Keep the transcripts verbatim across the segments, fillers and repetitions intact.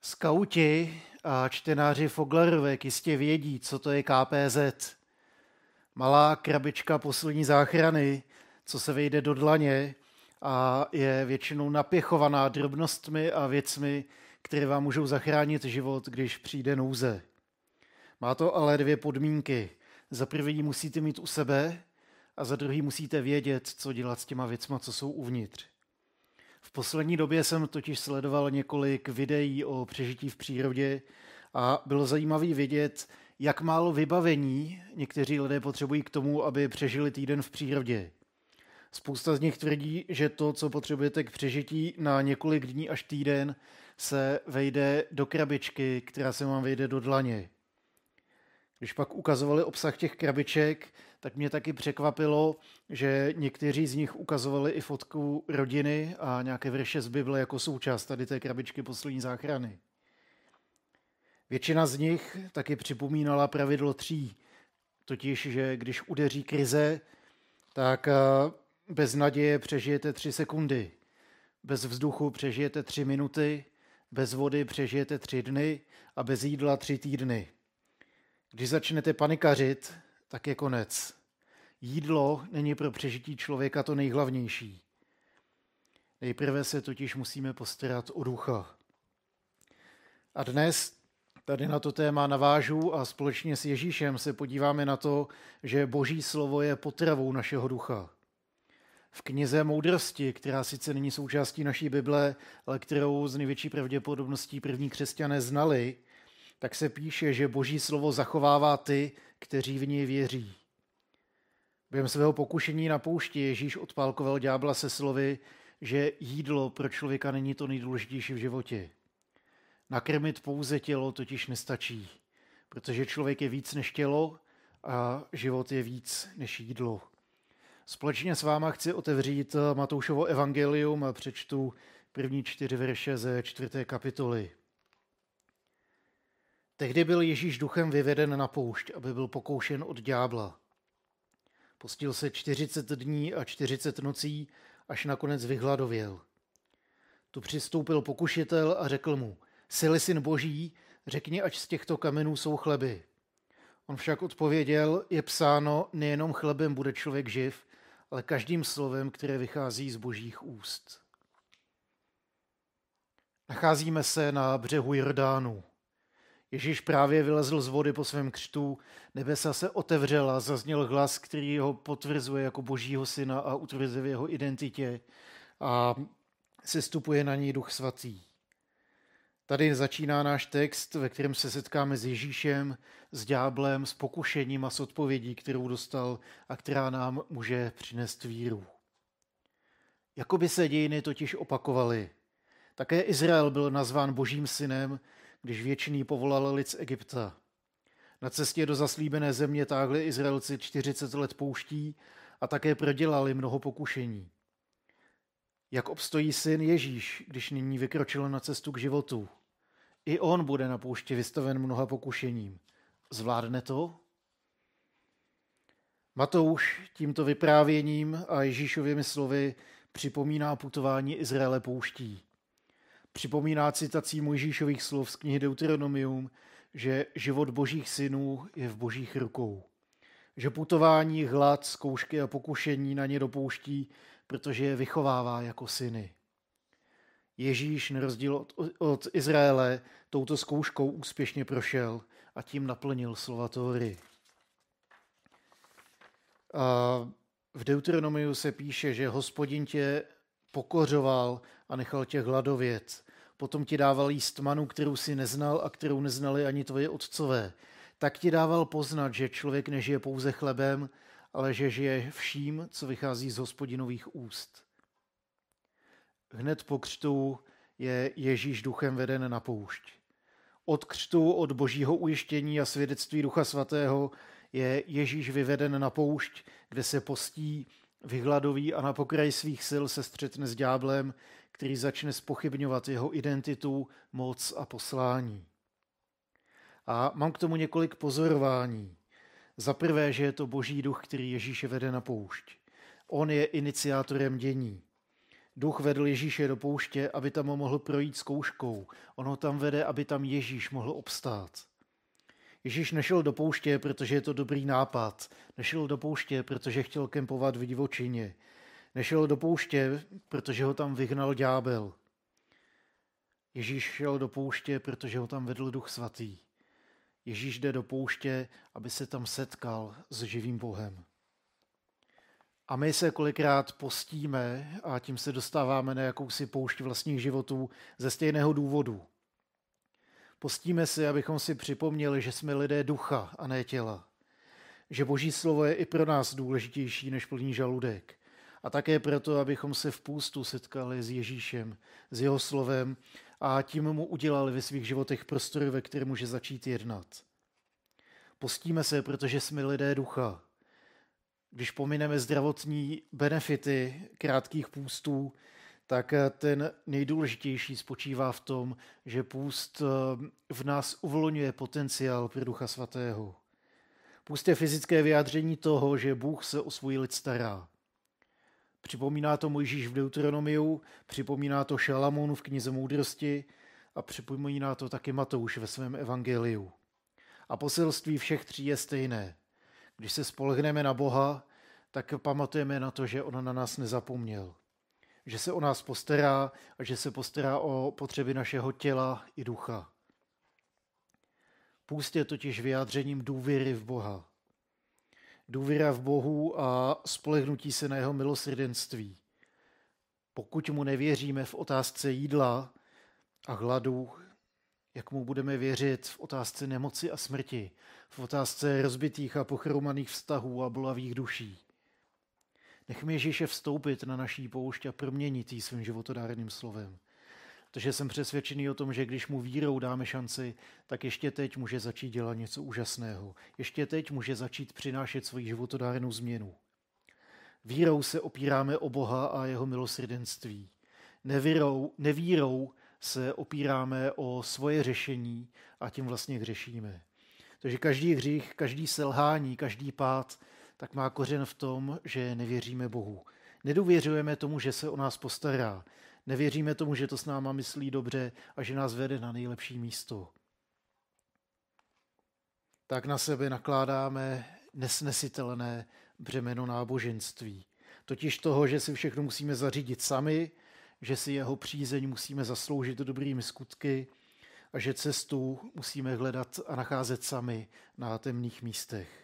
Skauti a čtenáři Foglerovek jistě vědí, co to je K P Z. Malá krabička poslední záchrany, co se vejde do dlaně a je většinou napěchovaná drobnostmi a věcmi, které vám můžou zachránit život, když přijde nouze. Má to ale dvě podmínky. Za první musíte mít u sebe a za druhý musíte vědět, co dělat s těma věcma, co jsou uvnitř. V poslední době jsem totiž sledoval několik videí o přežití v přírodě a bylo zajímavé vědět, jak málo vybavení někteří lidé potřebují k tomu, aby přežili týden v přírodě. Spousta z nich tvrdí, že to, co potřebujete k přežití na několik dní až týden, se vejde do krabičky, která se vám vejde do dlaně. Když pak ukazovali obsah těch krabiček, tak mě taky překvapilo, že někteří z nich ukazovali i fotku rodiny a nějaké verše z Bible jako součást tady té krabičky poslední záchrany. Většina z nich taky připomínala pravidlo tří, totiž, že když udeří krize, tak bez naděje přežijete tři sekundy, bez vzduchu přežijete tři minuty, bez vody přežijete tři dny a bez jídla tři týdny. Když začnete panikařit, tak je konec. Jídlo není pro přežití člověka to nejhlavnější. Nejprve se totiž musíme postarat o ducha. A dnes tady na to téma navážu a společně s Ježíšem se podíváme na to, že Boží slovo je potravou našeho ducha. V knize Moudrosti, která sice není součástí naší Bible, ale kterou z největší pravděpodobností první křesťané znali, tak se píše, že Boží slovo zachovává ty, kteří v něj věří. Během svého pokušení na poušti Ježíš odpálkoval ďábla se slovy, že jídlo pro člověka není to nejdůležitější v životě. Nakrmit pouze tělo totiž nestačí, protože člověk je víc než tělo a život je víc než jídlo. Společně s váma chci otevřít Matoušovo evangelium a přečtu první čtyři verše ze čtvrté kapitoly. Tehdy byl Ježíš duchem vyveden na poušť, aby byl pokoušen od ďábla. Postil se čtyřicet dní a čtyřicet nocí, až nakonec vyhladověl. Tu přistoupil pokušitel a řekl mu, jsi-li syn Boží, řekni, ať z těchto kamenů jsou chleby. On však odpověděl, je psáno, nejenom chlebem bude člověk živ, ale každým slovem, které vychází z Božích úst. Nacházíme se na břehu Jordánu. Ježíš právě vylezl z vody po svém křtu, nebesa se otevřela, zazněl hlas, který ho potvrzuje jako Božího syna a utvrzuje v jeho identitě a sestupuje na něj Duch Svatý. Tady začíná náš text, ve kterém se setkáme s Ježíšem, s ďáblem, s pokušením a s odpovědí, kterou dostal a která nám může přinést víru. Jakoby se dějiny totiž opakovaly. Také Izrael byl nazván Božím synem, když Věčný povolal lid z Egypta. Na cestě do zaslíbené země táhli Izraelci čtyřicet let pouští a také prodělali mnoho pokušení. Jak obstojí syn Ježíš, když nyní vykročil na cestu k životu? I on bude na poušti vystaven mnoha pokušením. Zvládne to? Matouš tímto vyprávěním a Ježíšovými slovy připomíná putování Izraele pouští. Připomíná citací Mojžíšových slov z knihy Deuteronomium, že život božích synů je v božích rukou. Že putování, hlad, zkoušky a pokušení na ně dopouští, protože je vychovává jako syny. Ježíš, na rozdíl od, od Izraele, touto zkouškou úspěšně prošel a tím naplnil slova Tóry. A v Deuteronomiu se píše, že Hospodin tě pokořoval a nechal tě hladovět. Potom ti dával jíst manu, kterou si neznal a kterou neznali ani tvoje otcové. Tak ti dával poznat, že člověk nežije pouze chlebem, ale že žije vším, co vychází z Hospodinových úst. Hned po křtu je Ježíš duchem veden na poušť. Od křtu, od božího ujištění a svědectví Ducha Svatého je Ježíš vyveden na poušť, kde se postí, vyhladoví a na pokraji svých sil se střetne s ďáblem, který začne zpochybňovat jeho identitu, moc a poslání. A mám k tomu několik pozorování. Za prvé, že je to boží duch, který Ježíše vede na poušť. On je iniciátorem dění. Duch vedl Ježíše do pouště, aby tam mohl projít zkouškou. On ho tam vede, aby tam Ježíš mohl obstát. Ježíš nešel do pouště, protože je to dobrý nápad. Nešel do pouště, protože chtěl kempovat v divočině. Nešel do pouště, protože ho tam vyhnal ďábel. Ježíš šel do pouště, protože ho tam vedl Duch Svatý. Ježíš jde do pouště, aby se tam setkal s živým Bohem. A my se kolikrát postíme a tím se dostáváme na jakousi poušť vlastních životů ze stejného důvodu. Postíme si, abychom si připomněli, že jsme lidé ducha a ne těla. Že Boží slovo je i pro nás důležitější než plný žaludek. A také proto, abychom se v půstu setkali s Ježíšem, s jeho slovem a tím mu udělali ve svých životech prostory, ve kterém může začít jednat. Postíme se, protože jsme lidé ducha. Když pomineme zdravotní benefity krátkých půstů, tak ten nejdůležitější spočívá v tom, že půst v nás uvolňuje potenciál pro Ducha Svatého. Půst je fyzické vyjádření toho, že Bůh se o svůj lid stará. Připomíná to Mojžíš v Deuteronomiu, připomíná to Šalamún v knize Moudrosti a připomíná to taky Matouš ve svém evangeliu. A poselství všech tří je stejné. Když se spolehneme na Boha, tak pamatujeme na to, že on na nás nezapomněl. Že se o nás postará a že se postará o potřeby našeho těla i ducha. Půst je totiž vyjádřením důvěry v Boha. Důvěra v Bohu a spolehnutí se na jeho milosrdenství. Pokud mu nevěříme v otázce jídla a hladu, jak mu budeme věřit v otázce nemoci a smrti, v otázce rozbitých a pochromaných vztahů a bolavých duší. Nechme Ježíše vstoupit na naší poušť a proměnit jí svým životodárným slovem. Protože jsem přesvědčený o tom, že když mu vírou dáme šanci, tak ještě teď může začít dělat něco úžasného. Ještě teď může začít přinášet svoji životodárnou změnu. Vírou se opíráme o Boha a jeho milosrdenství. Nevírou, nevírou se opíráme o svoje řešení a tím vlastně hřešíme. Takže každý hřích, každý selhání, každý pád, tak má kořen v tom, že nevěříme Bohu. Nedůvěřujeme tomu, že se o nás postará. Nevěříme tomu, že to s náma myslí dobře a že nás vede na nejlepší místo. Tak na sebe nakládáme nesnesitelné břemeno náboženství. Totiž toho, že si všechno musíme zařídit sami, že si jeho přízeň musíme zasloužit dobrými skutky a že cestu musíme hledat a nacházet sami na temných místech.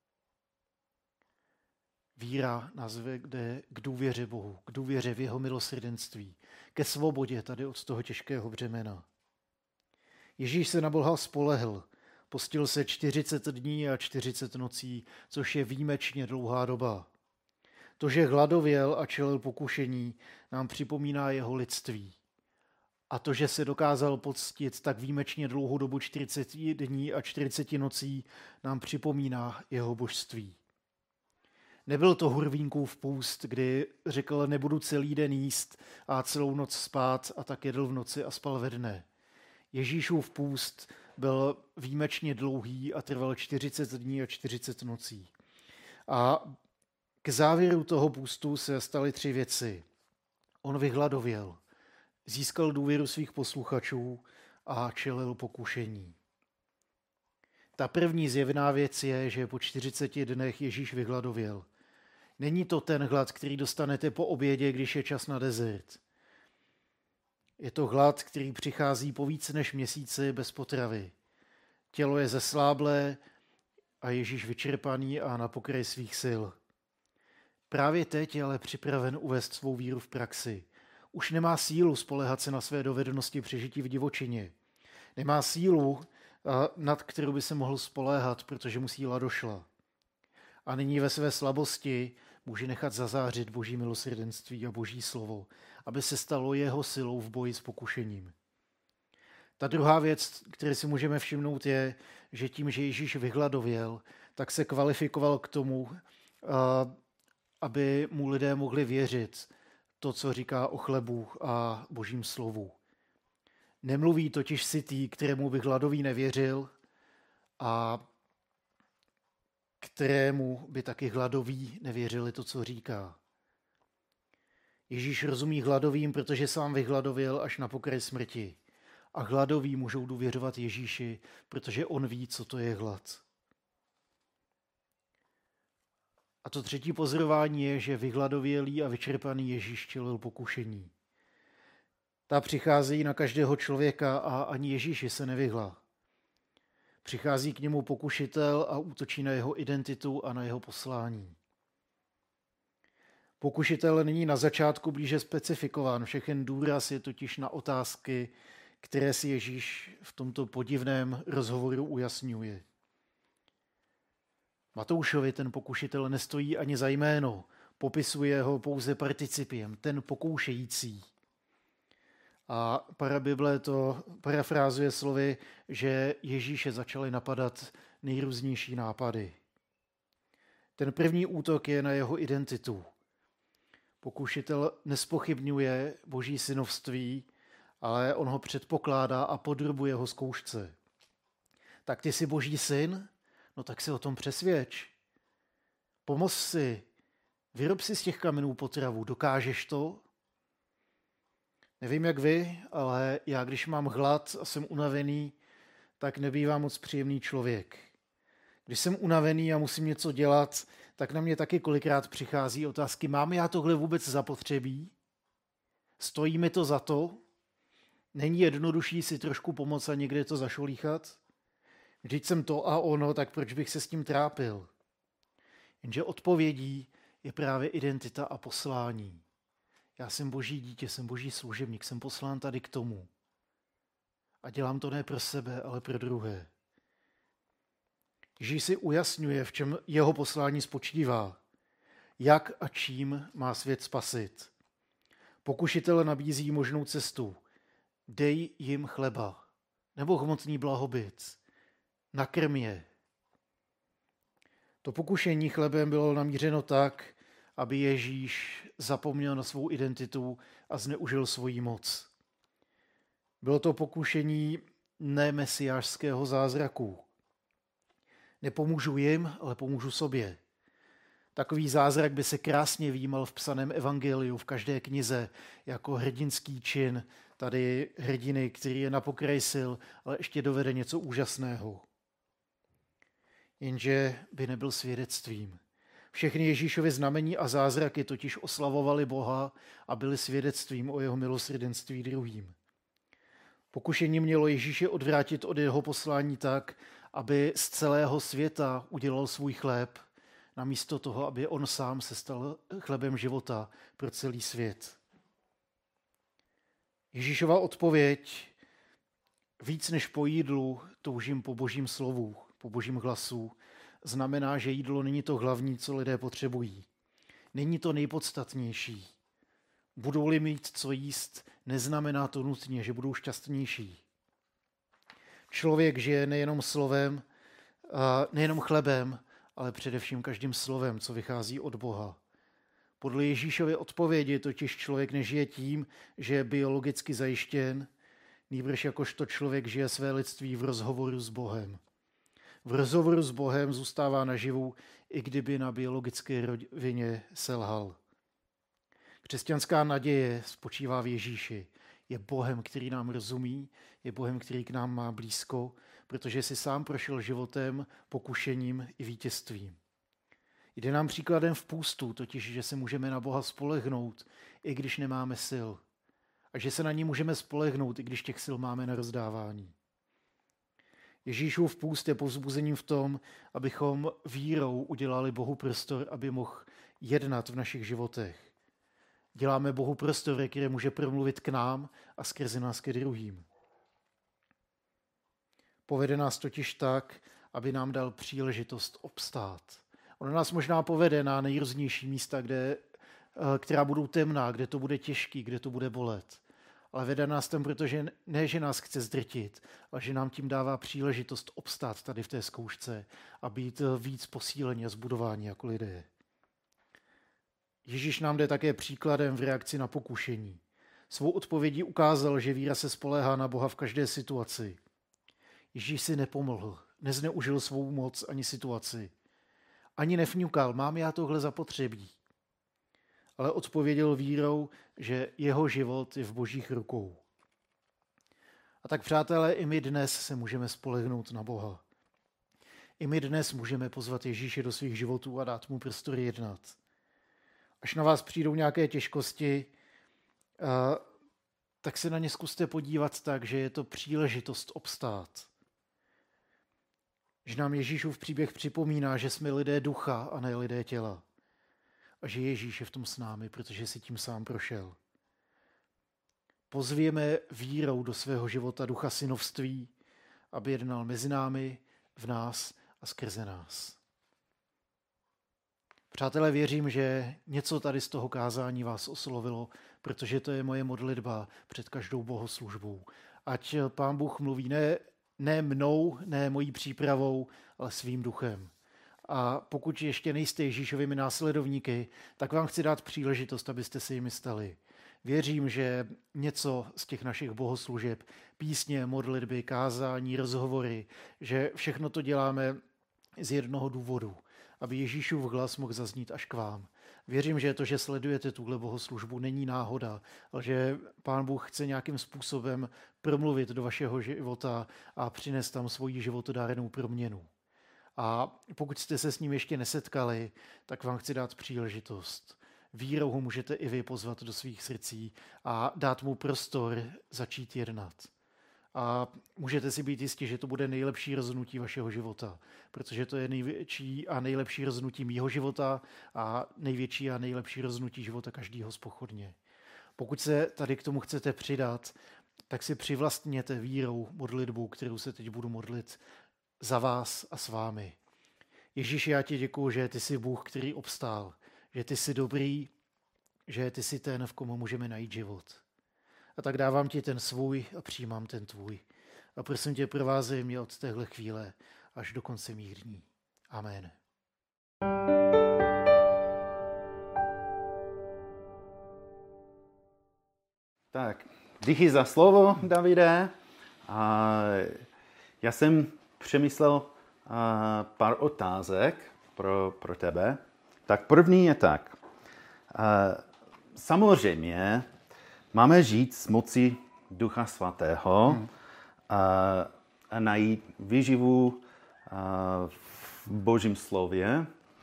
Víra nás vede k důvěře Bohu, k důvěře v jeho milosrdenství, ke svobodě tady od toho těžkého břemena. Ježíš se na Boha spolehl, postil se čtyřicet dní a čtyřicet nocí, což je výjimečně dlouhá doba. To, že hladověl a čelil pokušení, nám připomíná jeho lidství. A to, že se dokázal poctit tak výjimečně dlouhou dobu čtyřicet dní a čtyřicet nocí, nám připomíná jeho božství. Nebyl to Hurvínkův půst, kdy řekl, nebudu celý den jíst a celou noc spát a tak jedl v noci a spal ve dne. Ježíšův půst byl výjimečně dlouhý a trval čtyřicet dní a čtyřicet nocí. A k závěru toho půstu se staly tři věci. On vyhladověl, získal důvěru svých posluchačů a čelil pokušení. Ta první zjevná věc je, že po čtyřiceti dnech Ježíš vyhladověl. Není to ten hlad, který dostanete po obědě, když je čas na dezert. Je to hlad, který přichází po více než měsíci bez potravy. Tělo je zesláblé a Ježíš vyčerpaný a na pokraji svých sil. Právě teď je ale připraven uvést svou víru v praxi. Už nemá sílu spoléhat se na své dovednosti přežití v divočině. Nemá sílu, nad kterou by se mohl spoléhat, protože musí ladošla. A nyní ve své slabosti může nechat zazářit Boží milosrdenství a Boží slovo, aby se stalo jeho silou v boji s pokušením. Ta druhá věc, které si můžeme všimnout, je, že tím, že Ježíš vyhladověl, tak se kvalifikoval k tomu, aby mu lidé mohli věřit to, co říká o chlebu a Božím slovu. Nemluví totiž sytý, kterému by hladový nevěřil a kterému by taky hladoví nevěřili to, co říká. Ježíš rozumí hladovým, protože sám vyhladověl až na pokraj smrti. A hladoví můžou důvěřovat Ježíši, protože on ví, co to je hlad. A to třetí pozorování je, že vyhladovělý a vyčerpaný Ježíš čelil pokušení. Ta přichází na každého člověka a ani Ježíši se nevyhla. Přichází k němu pokušitel a útočí na jeho identitu a na jeho poslání. Pokušitel není na začátku blíže specifikován, všechen důraz je totiž na otázky, které si Ježíš v tomto podivném rozhovoru ujasňuje. Matoušovi ten pokušitel nestojí ani za jméno, popisuje ho pouze participiem, ten pokoušející. A parabible to parafrázuje slovy, že Ježíše začaly napadat nejrůznější nápady. Ten první útok je na jeho identitu. Pokušitel nespochybňuje boží synovství, ale on ho předpokládá a podrobuje ho zkoušce. Tak ty jsi boží syn? No tak si o tom přesvědč. Pomoz si, vyrob si z těch kamenů potravu, dokážeš to? Nevím jak vy, ale já když mám hlad a jsem unavený, tak nebývám moc příjemný člověk. Když jsem unavený a musím něco dělat, tak na mě taky kolikrát přichází otázky, mám já tohle vůbec zapotřebí? Stojí mi to za to? Není jednodušší si trošku pomoct a někde to zašolíchat? Vždyť jsem to a ono, tak proč bych se s tím trápil? Jenže odpovědí je právě identita a poslání. Já jsem boží dítě, jsem boží služebník, jsem poslán tady k tomu. A dělám to ne pro sebe, ale pro druhé. Ježíš si ujasňuje, v čem jeho poslání spočívá. Jak a čím má svět spasit. Pokušitel nabízí možnou cestu. Dej jim chleba, nebo hmotný blahobyt. Nakrm je. To pokušení chlebem bylo namířeno tak, aby Ježíš zapomněl na svou identitu a zneužil svoji moc. Bylo to pokušení ne mesiášského zázraku. Nepomůžu jim, ale pomůžu sobě. Takový zázrak by se krásně výjímal v psaném evangeliu, v každé knize, jako hrdinský čin, tady hrdiny, který je na pokraji sil, ale ještě dovede něco úžasného. Jenže by nebyl svědectvím. Všechny Ježíšovy znamení a zázraky totiž oslavovali Boha a byly svědectvím o jeho milosrdenství druhým. Pokušení mělo Ježíše odvrátit od jeho poslání tak, aby z celého světa udělal svůj chléb, namísto toho, aby on sám se stal chlebem života pro celý svět. Ježíšova odpověď, víc než po jídlu toužím po božím slovu, po božím hlasu, znamená, že jídlo není to hlavní, co lidé potřebují. Není to nejpodstatnější. Budou-li mít co jíst, neznamená to nutně, že budou šťastnější. Člověk žije nejenom slovem, nejenom chlebem, ale především každým slovem, co vychází od Boha. Podle Ježíšovy odpovědi totiž člověk nežije tím, že je biologicky zajištěn, nýbrž jakožto člověk žije své lidství v rozhovoru s Bohem. V rozhovoru s Bohem zůstává naživu, i kdyby na biologické rovině selhal. Křesťanská naděje spočívá v Ježíši. Je Bohem, který nám rozumí, je Bohem, který k nám má blízko, protože si sám prošel životem, pokušením i vítězstvím. Jde nám příkladem v půstu, totiž, že se můžeme na Boha spolehnout, i když nemáme sil. A že se na ní můžeme spolehnout, i když těch sil máme na rozdávání. Ježíšův půst je povzbuzením v tom, abychom vírou udělali Bohu prostor, aby mohl jednat v našich životech. Děláme Bohu prostor, ve které může promluvit k nám a skrze nás ke druhým. Povede nás totiž tak, aby nám dal příležitost obstát. On nás možná povede na nejrůznější místa, kde, která budou temná, kde to bude těžký, kde to bude bolet. Ale vede nás tam, protože ne, že nás chce zdrtit, ale že nám tím dává příležitost obstát tady v té zkoušce a být víc posílení a zbudování jako lidé. Ježíš nám jde také příkladem v reakci na pokušení. Svou odpovědí ukázal, že víra se spoléhá na Boha v každé situaci. Ježíš si nepomohl, nezneužil svou moc ani situaci. Ani nefňukal, mám já tohle zapotřebí. ale odpověděl vírou, že jeho život je v Božích rukou. A tak, přátelé, i my dnes se můžeme spolehnout na Boha. I my dnes můžeme pozvat Ježíše do svých životů a dát mu prostor jednat. Až na vás přijdou nějaké těžkosti, tak se na ně zkuste podívat tak, že je to příležitost obstát. Že nám Ježíšův příběh připomíná, že jsme lidé ducha a ne lidé těla. A že Ježíš je v tom s námi, protože si tím sám prošel. Pozvěme vírou do svého života ducha synovství, aby jednal mezi námi, v nás a skrze nás. Přátelé, věřím, že něco tady z toho kázání vás oslovilo, protože to je moje modlitba před každou bohoslužbou. Ať Pán Bůh mluví ne, ne mnou, ne mojí přípravou, ale svým duchem. A pokud ještě nejste Ježíšovými následovníky, tak vám chci dát příležitost, abyste se jimi stali. Věřím, že něco z těch našich bohoslužeb, písně, modlitby, kázání, rozhovory, že všechno to děláme z jednoho důvodu, aby Ježíšův hlas mohl zaznít až k vám. Věřím, že to, že sledujete tuhle bohoslužbu, není náhoda, ale že Pán Bůh chce nějakým způsobem promluvit do vašeho života a přinést tam svoji životodárnou proměnu. A pokud jste se s ním ještě nesetkali, tak vám chci dát příležitost. Vírou ho můžete i vy pozvat do svých srdcí a dát mu prostor začít jednat. A můžete si být jistí, že to bude nejlepší rozhodnutí vašeho života, protože to je největší a nejlepší rozhodnutí mýho života a největší a nejlepší rozhodnutí života každého zpochodně. Pokud se tady k tomu chcete přidat, tak si přivlastněte vírou modlitbu, kterou se teď budu modlit za vás a s vámi. Ježíši, já ti děkuju, že ty jsi Bůh, který obstál, že ty jsi dobrý, že ty jsi ten, v komu můžeme najít život. A tak dávám ti ten svůj a přijímám ten tvůj. A prosím tě, provázej mě od téhle chvíle až do konce mých dní. Amen. Tak, díky za slovo, Davide. A já jsem přemyslel a, pár otázek pro, pro tebe. Tak první je tak. A, samozřejmě máme žít s mocí Ducha Svatého hmm. a, a najít výživu a, v Božím slově.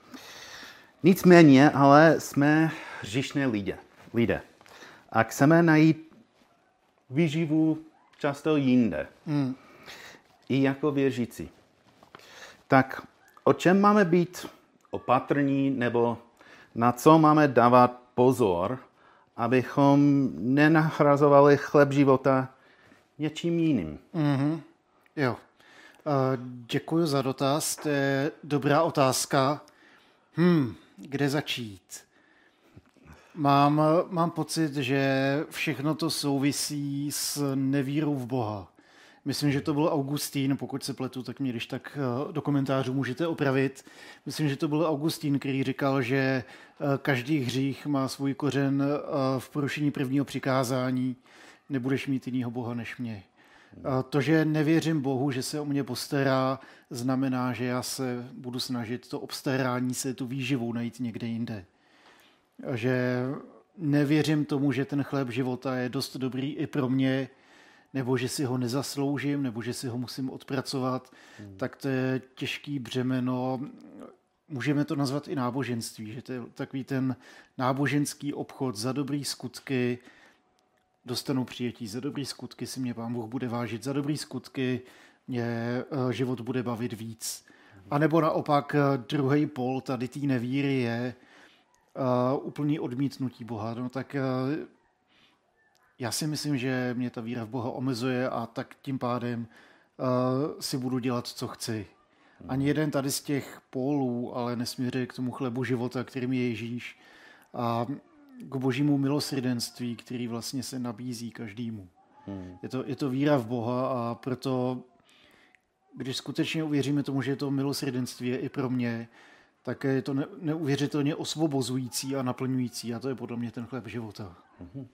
Nicméně, ale jsme hříšné lidé. lidé. A chceme najít výživu často jinde. Hmm. I jako věřící. Tak o čem máme být opatrní, nebo na co máme dávat pozor, abychom nenahrazovali chléb života něčím jiným? Mm-hmm. Jo. Děkuji za dotaz, to je dobrá otázka. Hmm, kde začít? Mám, mám pocit, že všechno to souvisí s nevírou v Boha. Myslím, že to byl Augustín, pokud se pletu, tak mě když tak do komentářů můžete opravit. Myslím, že to byl Augustín, který říkal, že každý hřích má svůj kořen v porušení prvního přikázání. Nebudeš mít jinýho Boha než mě. To, že nevěřím Bohu, že se o mě postará, znamená, že já se budu snažit to obstarání se, tu výživu najít někde jinde. Že nevěřím tomu, že ten chléb života je dost dobrý i pro mě, nebo že si ho nezasloužím, nebo že si ho musím odpracovat, hmm. tak to je těžký břemeno. Můžeme to nazvat i náboženství, že to je takový ten náboženský obchod za dobrý skutky, dostanu přijetí, za dobrý skutky si mě Pán Bůh bude vážit, za dobrý skutky mě život bude bavit víc. A nebo naopak druhý pol tady té nevíry je uh, úplný odmítnutí Boha. No tak uh, já si myslím, že mě ta víra v Boha omezuje a tak tím pádem uh, si budu dělat, co chci. Ani jeden tady z těch pólů, ale nesměřuje k tomu chlebu života, kterým je Ježíš, a k božímu milosrdenství, který vlastně se nabízí každému. Hmm. Je to, je to víra v Boha a proto, když skutečně uvěříme tomu, že je to milosrdenství je i pro mě, tak je to ne, neuvěřitelně osvobozující a naplňující a to je podle mě ten chléb života. Hmm.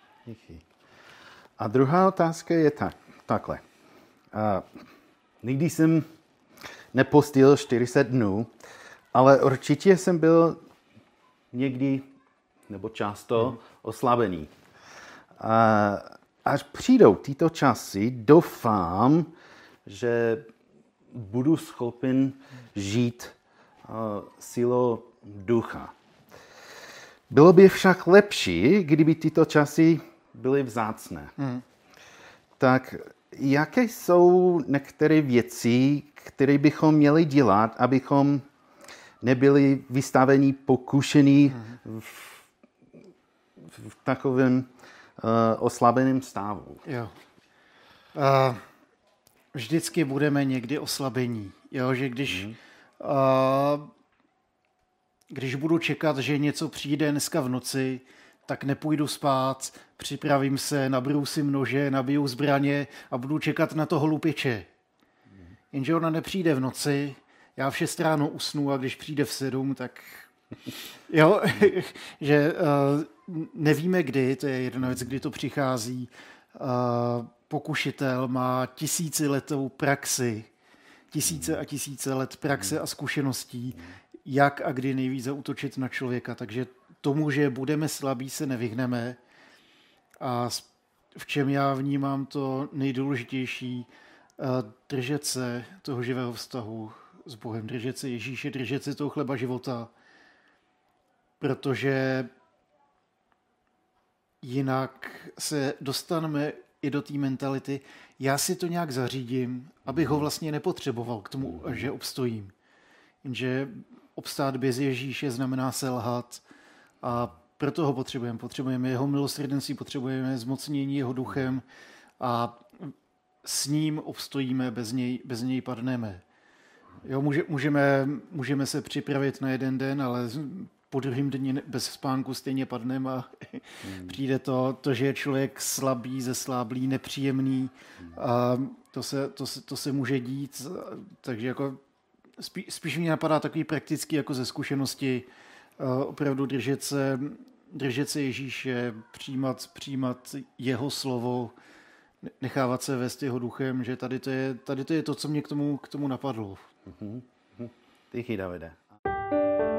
A druhá otázka je tak, takhle. A nikdy jsem nepostil čtyřicet dnů, ale určitě jsem byl někdy nebo často hmm. oslabení. A až přijdou tyto časy, doufám, že budu schopen žít uh, silou ducha. Bylo by však lepší, kdyby tyto časy byly vzácné. Hmm. Tak jaké jsou některé věci, které bychom měli dělat, abychom nebyli vystaveni pokušení hmm. v, v takovém uh, oslabeném stavu? Jo. Uh, vždycky budeme někdy oslabení. Jo, že když... Hmm. Uh, Když budu čekat, že něco přijde dneska v noci, tak nepůjdu spát, připravím se, nabrousím nože, nabiju zbraně a budu čekat na toho lupiče. Jenže ona nepřijde v noci, já v šest ráno usnu a když přijde v sedm, tak jo, že uh, nevíme kdy, to je jedna věc, kdy to přichází. Uh, pokušitel má tisíciletou praxi, tisíce a tisíce let praxe a zkušeností, jak a kdy nejvíc zaútočit na člověka. Takže tomu, že budeme slabí, se nevyhneme. A v čem já vnímám to nejdůležitější, držet se toho živého vztahu s Bohem, držet se Ježíše, držet se toho chleba života, protože jinak se dostaneme i do té mentality, já si to nějak zařídím, abych ho vlastně nepotřeboval k tomu, že obstojím. Jenže obstát bez Ježíše znamená selhat a proto ho potřebujeme. Potřebujeme jeho milosrdenství, potřebujeme zmocnění jeho duchem a s ním obstojíme, bez něj, bez něj padneme. Jo, může, můžeme, můžeme se připravit na jeden den, ale po druhém dni bez spánku stejně padneme a hmm. přijde to, to, že je člověk slabý, zesláblý, nepříjemný. A to se, to, se, to se může dít, takže jako Spí, spíš mě napadá takový praktický jako ze zkušenosti, uh, opravdu držet se, držet se Ježíše, přijímat, přijímat jeho slovo, nechávat se vést jeho duchem, že tady to je, tady to, je to, co mě k tomu, k tomu napadlo. Mm-hmm. Díky, Davide.